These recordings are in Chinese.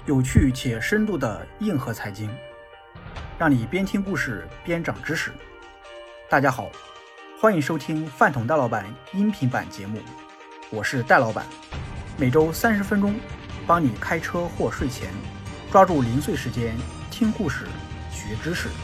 有趣且深度的硬核财经，让你边听故事边长知识。大家好，欢迎收听饭桶戴老板音频版节目，我是戴老板，每周30分钟，帮你开车或睡前抓住零碎时间听故事学知识。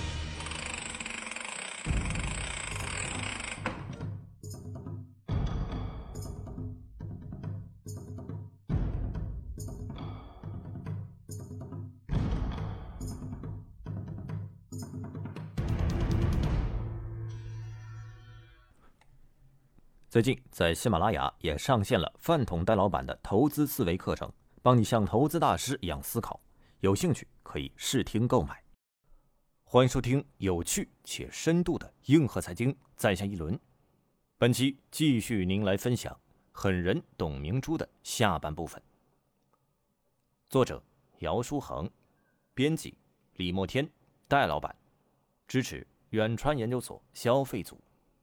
最近在喜马拉雅也上线了饭桶戴老板的投资思维课程，帮你像投资大师一样思考，有兴趣可以试听购买。欢迎收听有趣且深度的硬核财经在下一轮，本期继续与您来分享狠人董明珠的下半部分。作者姚书恒，编辑李墨天，戴老板，支持远川研究所消费组。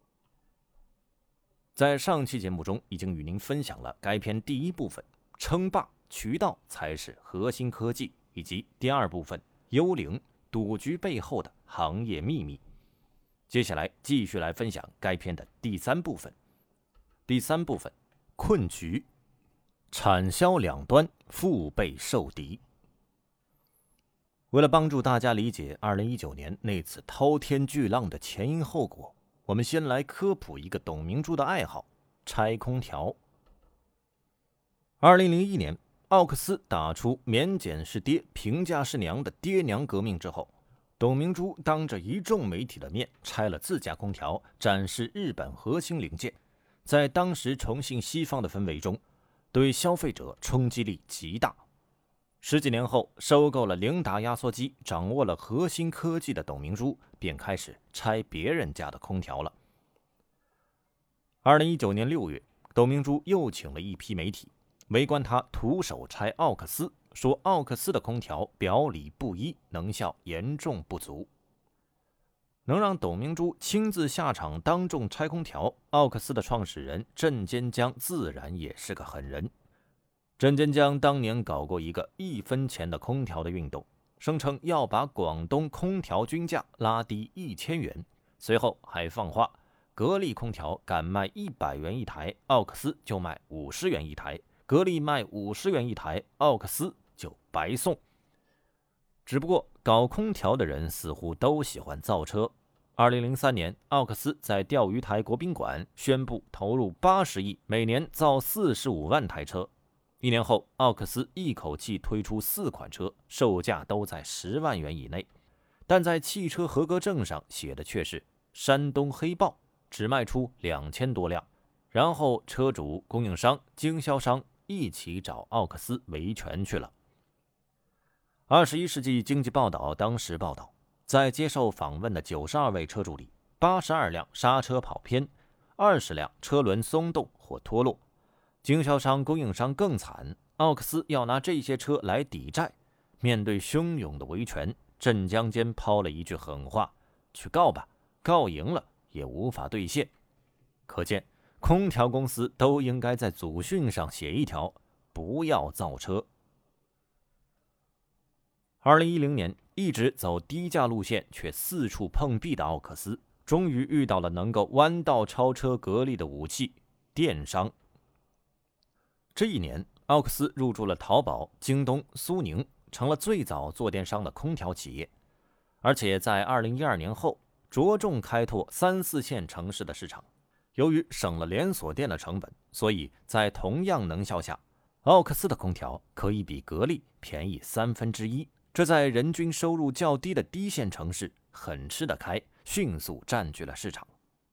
在上期节目中已经与您分享了该篇第一部分称霸渠道才是核心科技，以及第二部分幽灵赌局背后的行业秘密。接下来继续来分享该篇的第三部分。第三部分困局，产销两端腹背受敌。为了帮助大家理解2019年那次滔天巨浪的前因后果，我们先来科普一个董明珠的爱好——拆空调。2001年，奥克斯打出“免检是爹，平价是娘”的爹娘革命之后，董明珠当着一众媒体的面拆了自家空调，展示日本核心零件，在当时崇信西方的氛围中，对消费者冲击力极大。10几年后，收购了凌达压缩机，掌握了核心科技的董明珠便开始拆别人家的空调了。2019年6月，董明珠又请了一批媒体围观他徒手拆奥克斯，说奥克斯的空调表里不一，能效严重不足。能让董明珠亲自下场当众拆空调，奥克斯的创始人郑坚江自然也是个狠人。郑坚江当年搞过一个1分钱的空调的运动，声称要把广东空调均价拉低1000元，随后还放话，格力空调敢卖100元一台，奥克斯就卖50元一台，格力卖50元一台，奥克斯就白送。只不过搞空调的人似乎都喜欢造车。2003年，奥克斯在钓鱼台国宾馆宣布投入80亿，每年造45万台车。1年后，奥克斯一口气推出4款车，售价都在10万元以内，但在汽车合格证上写的却是山东黑豹，只卖出2000多辆。然后车主、供应商、经销商一起找奥克斯维权去了。21世纪经济报道当时报道，在接受访问的92位车主里，82辆刹车跑偏，20辆车轮松动或脱落。经销商、供应商更惨，奥克斯要拿这些车来抵债。面对汹涌的维权，郑江间抛了一句狠话：去告吧，告赢了也无法兑现。可见空调公司都应该在组训上写一条：不要造车。2010年，一直走低价路线却四处碰壁的奥克斯，终于遇到了能够弯道超车格力的武器——电商。这一年，奥克斯入驻了淘宝、京东、苏宁，成了最早做电商的空调企业。而且在2012年后，着重开拓3、4线城市的市场。由于省了连锁店的成本，所以在同样能效下，奥克斯的空调可以比格力便宜1/3，这在人均收入较低的低线城市很吃得开，迅速占据了市场。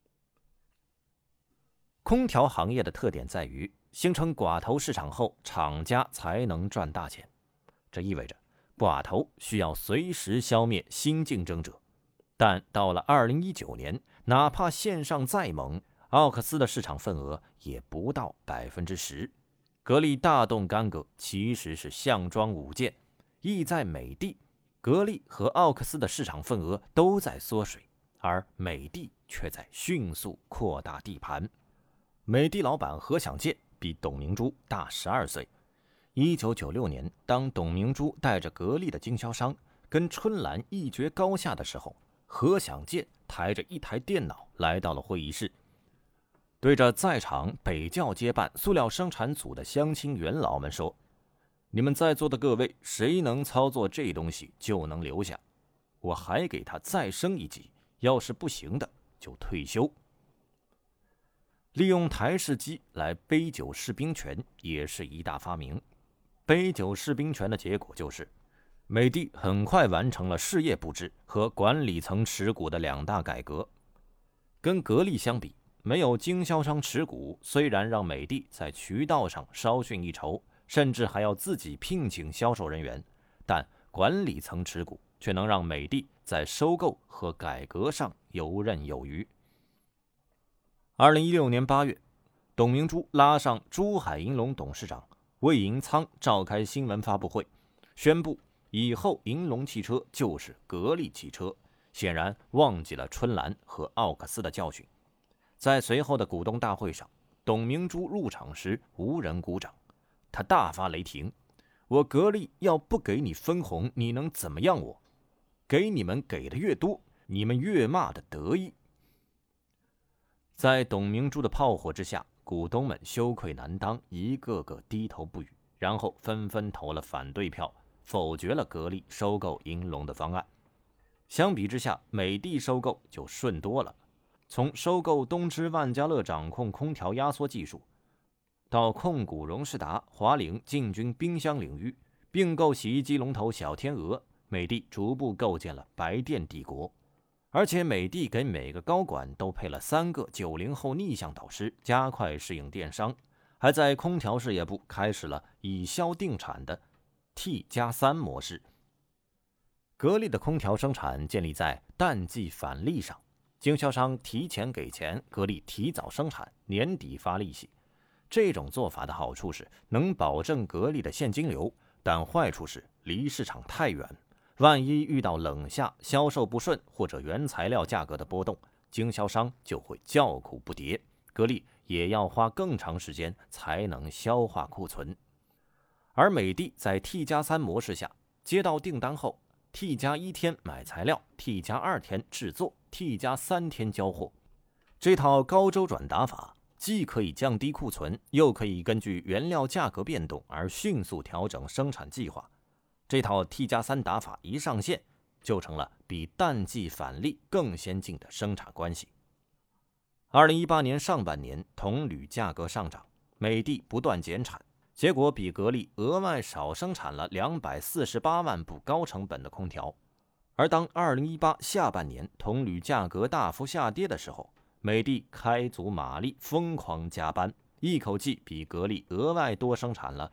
空调行业的特点在于形成寡头市场后，厂家才能赚大钱。这意味着寡头需要随时消灭新竞争者。但到了2019年，哪怕线上再猛，奥克斯的市场份额也不到10%。格力大动干戈其实是项庄舞剑，意在美的。格力和奥克斯的市场份额都在缩水，而美的却在迅速扩大地盘。美的老板何享健比董明珠大12岁， 1996年，当董明珠带着格力的经销商跟春兰一决高下的时候，何享健抬着一台电脑来到了会议室，对着在场北窖接办塑料生产组的乡亲元老们说：“你们在座的各位，谁能操作这东西就能留下，我还给他再升一级，要是不行的就退休。”利用台式机来杯酒释兵权也是一大发明。杯酒释兵权的结果就是，美的很快完成了事业部制和管理层持股的两大改革。跟格力相比，没有经销商持股，虽然让美的在渠道上稍逊一筹，甚至还要自己聘请销售人员，但管理层持股却能让美的在收购和改革上游刃有余。2016年8月，董明珠拉上珠海银隆董事长魏银仓召开新闻发布会，宣布以后银隆汽车就是格力汽车，显然忘记了春兰和奥克斯的教训。在随后的股东大会上，董明珠入场时无人鼓掌，他大发雷霆：“我格力要不给你分红，你能怎么样我？给你们给的越多，你们越骂的得意。”在董明珠的炮火之下，股东们羞愧难当，一个个低头不语，然后纷纷投了反对票，否决了格力收购银隆的方案。相比之下，美的收购就顺多了。从收购东芝万家乐掌控空调压缩技术，到控股荣仕达、华岭进军冰箱领域，并购洗衣机龙头小天鹅，美的逐步构建了白电帝国。而且美的给每个高管都配了3个90后逆向导师，加快适应电商，还在空调事业部开始了以销定产的 T+3 模式。格力的空调生产建立在淡季返利上，经销商提前给钱，格力提早生产，年底发利息。这种做法的好处是能保证格力的现金流，但坏处是离市场太远，万一遇到冷夏、销售不顺或者原材料价格的波动，经销商就会叫苦不迭，格力也要花更长时间才能消化库存。而美的在 T+3 模式下，接到订单后 T+1 天买材料， T+2 天制作， T+3 天交货。这套高周转打法既可以降低库存，又可以根据原料价格变动而迅速调整生产计划。这套 T+3 打法一上线，就成了比淡季返利更先进的生产关系。2018年上半年，铜铝价格上涨，美的不断减产，结果比格力额外少生产了248万部高成本的空调。而当2018下半年铜铝价格大幅下跌的时候，美的开足马力，疯狂加班，一口气比格力额外多生产了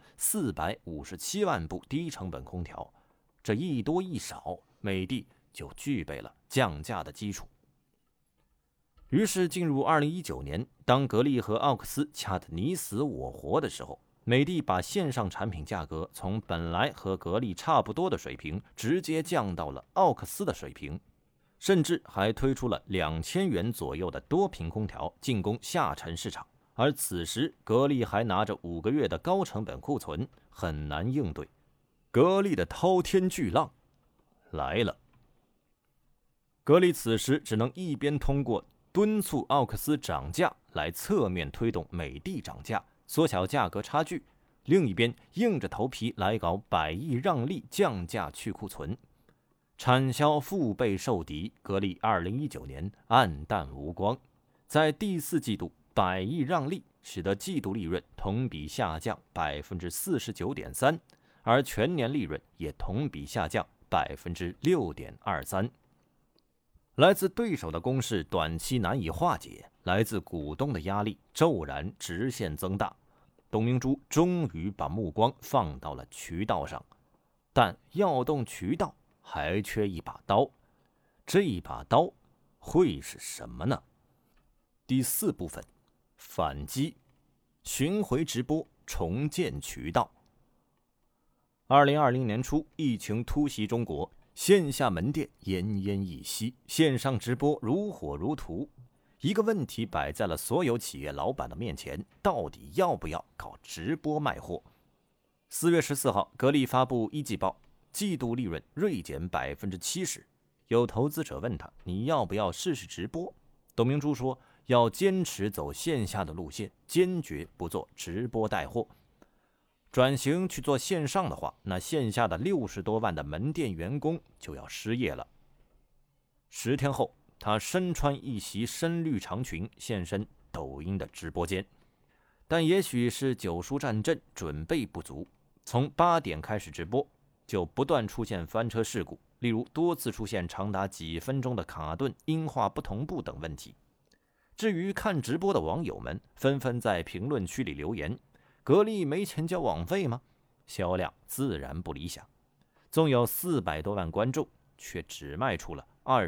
457万部低成本空调。这一多一少，美的就具备了降价的基础。于是进入2019年，当格力和奥克斯掐得你死我活的时候，美的把线上产品价格从本来和格力差不多的水平直接降到了奥克斯的水平，甚至还推出了2000元左右的多频空调进攻下沉市场。而此时格力还拿着5个月的高成本库存，很难应对。格力的滔天巨浪来了，格力此时只能一边通过敦促奥克斯涨价来侧面推动美的涨价，缩小价格差距，另一边硬着头皮来搞100亿让利降价去库存。产销腹背受敌，格力2019年黯淡无光。在第4季度100亿让利使得季度利润同比下降 49.3%， 而全年利润也同比下降 6.23%。 来自对手的攻势短期难以化解，来自股东的压力骤然直线增大。董明珠终于把目光放到了渠道上，但要动渠道还缺一把刀，这一把刀会是什么呢？第4部分，反击，巡回直播，重建渠道。2020年初，疫情突袭中国，线下门店奄奄一息，线上直播如火如荼。一个问题摆在了所有企业老板的面前，到底要不要搞直播卖货 4月14号，格力发布一季报，季度利润锐减70%。有投资者问他：“你要不要试试直播？”董明珠说：“要坚持走线下的路线，坚决不做直播带货。转型去做线上的话，那线下的60多万的门店员工就要失业了。”10天后，他身穿一袭深绿长裙现身抖音的直播间。但也许是久疏战阵，准备不足，从8点开始直播，就不断出现翻车事故，例如多次出现长达几分钟的卡顿、音画不同步等问题。至于看直播的网友们，纷纷在评论区里留言：“格力没钱交网费吗？”销量自然不理想，纵有400多万观众，却只卖出了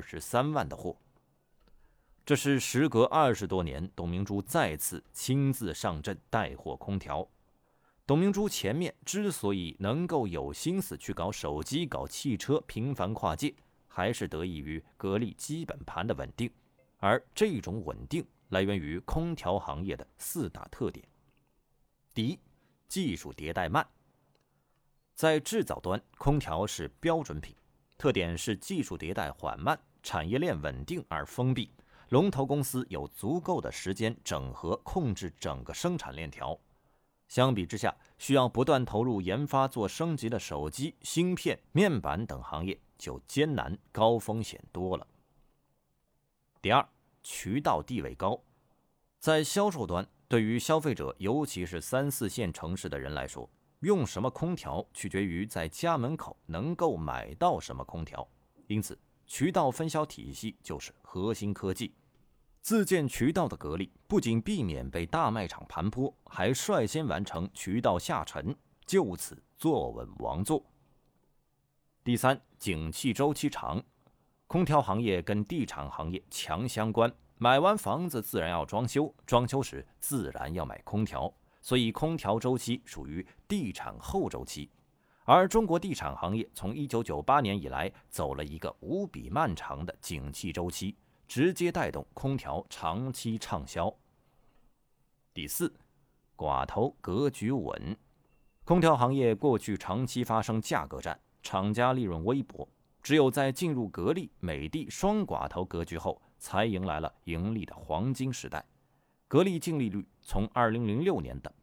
23万的货。这是时隔20多年，董明珠再次亲自上阵带货空调。董明珠前面之所以能够有心思去搞手机、搞汽车，频繁跨界，还是得益于格力基本盘的稳定。而这种稳定来源于空调行业的4大特点。第一，技术迭代慢。在制造端，空调是标准品，特点是技术迭代缓慢，产业链稳定而封闭。龙头公司有足够的时间整合控制整个生产链条。相比之下，需要不断投入研发做升级的手机、芯片、面板等行业就艰难高风险多了。第二，渠道地位高。在销售端，对于消费者，尤其是3、4线城市的人来说，用什么空调取决于在家门口能够买到什么空调，因此渠道分销体系就是核心科技。自建渠道的格力不仅避免被大卖场盘剥，还率先完成渠道下沉，就此坐稳王座。第三，景气周期长。空调行业跟地产行业强相关，买完房子自然要装修，装修时自然要买空调，所以空调周期属于地产后周期。而中国地产行业从1998年以来走了一个无比漫长的景气周期，直接带动空调长期畅销。第四，寡头格局稳。空调行业过去长期发生价格战，厂家利润微薄，只有在进入格力、美的双寡头格局后，才迎来了盈利的黄金时代。格力净利率从2006年的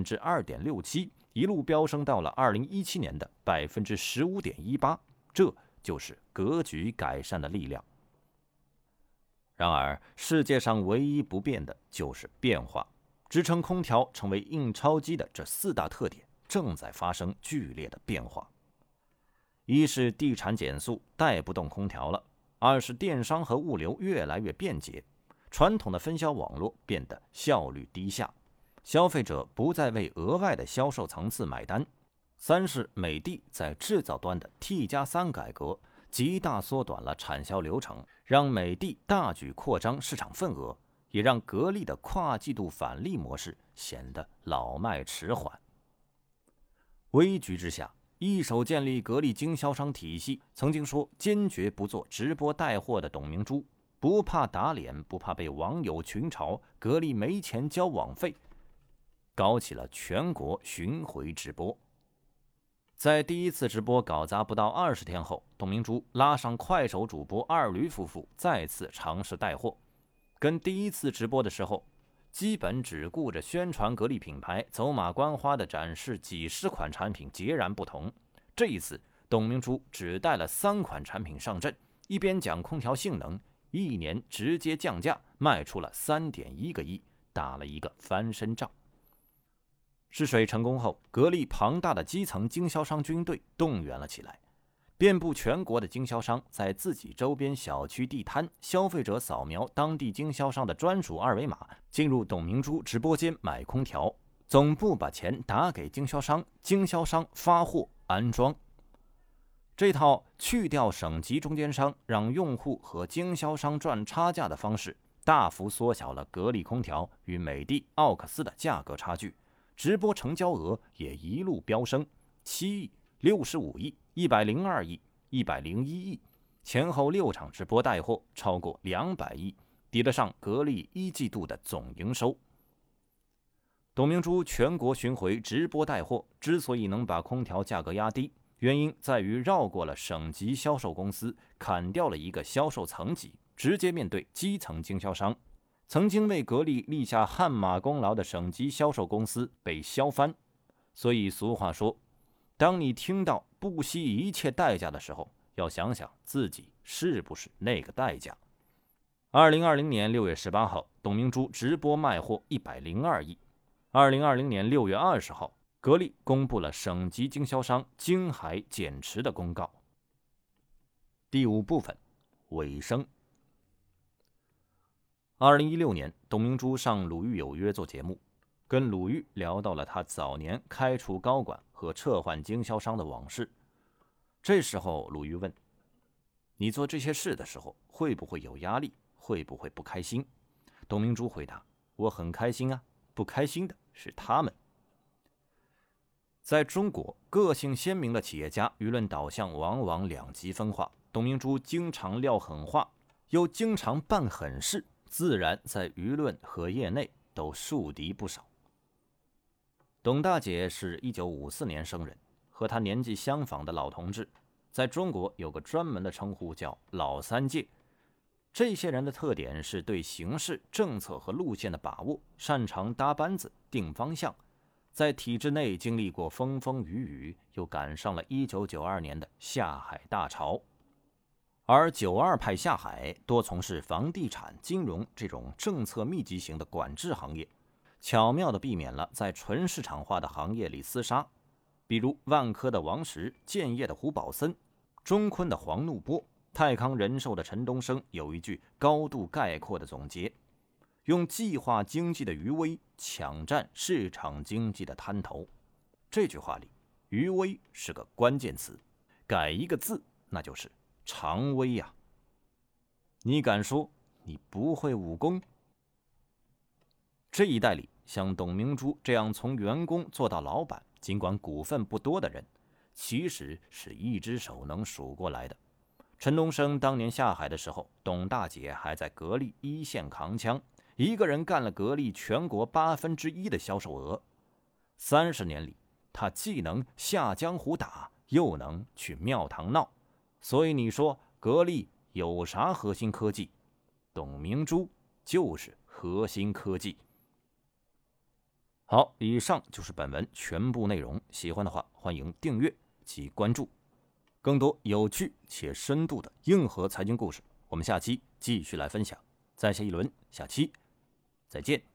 2.67%一路飙升到了2017年的15.18%，这就是格局改善的力量。然而，世界上唯一不变的就是变化，支撑空调成为印钞机的这4大特点正在发生剧烈的变化。一是地产减速带不动空调了，二是电商和物流越来越便捷，传统的分销网络变得效率低下，消费者不再为额外的销售层次买单。三是美的在制造端的 T+3 改革，极大缩短了产销流程，让美的大举扩张市场份额，也让格力的跨季度返利模式显得老迈迟缓。危局之下，一手建立格力经销商体系，曾经说坚决不做直播带货的董明珠，不怕打脸，不怕被网友群嘲格力没钱交网费，搞起了全国巡回直播。在第一次直播搞砸不到20天后，董明珠拉上快手主播二驴夫妇再次尝试带货，跟第一次直播的时候基本只顾着宣传格力品牌，走马观花的展示几十款产品截然不同。这一次董明珠只带了3款产品上阵，一边讲空调性能，1年直接降价卖出了3.1个亿，打了一个翻身仗。试水成功后，格力庞大的基层经销商军队动员了起来，遍布全国的经销商在自己周边小区地摊，消费者扫描当地经销商的专属二维码，进入董明珠直播间买空调，总部把钱打给经销商，经销商发货安装。这套去掉省级中间商，让用户和经销商赚差价的方式，大幅缩小了格力空调与美的、奥克斯的价格差距，直播成交额也一路飙升，7亿、65亿、102亿、101亿，前后6场直播带货超过200亿，抵得上格力1季度的总营收。 董明珠全国巡回直播带货，之所以能把空调价格压低，原因在于绕过了省级销售公司，砍掉了一个销售层级，直接面对基层经销商。曾经为格力立下汗马功劳的省级销售公司被削翻。所以俗话说，当你听到不惜一切代价的时候，要想想自己是不是那个代价。2020年6月18号，董明珠直播卖货102亿。2020年6月20号，格力公布了省级经销商京海减持的公告。第5部分，尾声。2016年，董明珠上鲁豫有约做节目，跟鲁豫聊到了他早年开除高管和撤换经销商的往事。这时候鲁豫问，你做这些事的时候会不会有压力，会不会不开心？董明珠回答，我很开心啊，不开心的是他们。在中国，个性鲜明的企业家舆论导向往往两极分化，董明珠经常撂狠话，又经常办狠事，自然在舆论和业内都树敌不少。董大姐是1954年生人，和她年纪相仿的老同志，在中国有个专门的称呼叫老三届。这些人的特点是对形势、政策和路线的把握，擅长搭班子、定方向，在体制内经历过风风雨雨，又赶上了1992年的下海大潮。而92派下海多从事房地产、金融这种政策密集型的管制行业，巧妙地避免了在纯市场化的行业里厮杀。比如万科的王石、建业的胡宝森、中坤的黄怒波、泰康人寿的陈东升有一句高度概括的总结，用计划经济的余威抢占市场经济的滩头。这句话里余威是个关键词，改一个字那就是常威呀。你敢说你不会武功？这一代里像董明珠这样从员工做到老板，尽管股份不多的人，其实是一只手能数过来的。陈东升当年下海的时候，董大姐还在格力一线扛枪，一个人干了格力全国1/8的销售额。30年里，他既能下江湖打，又能去庙堂闹。所以你说格力有啥核心科技？董明珠就是核心科技。好，以上就是本文全部内容。喜欢的话，欢迎订阅及关注。更多有趣且深度的硬核财经故事，我们下期继续来分享。再下一轮，下期再见。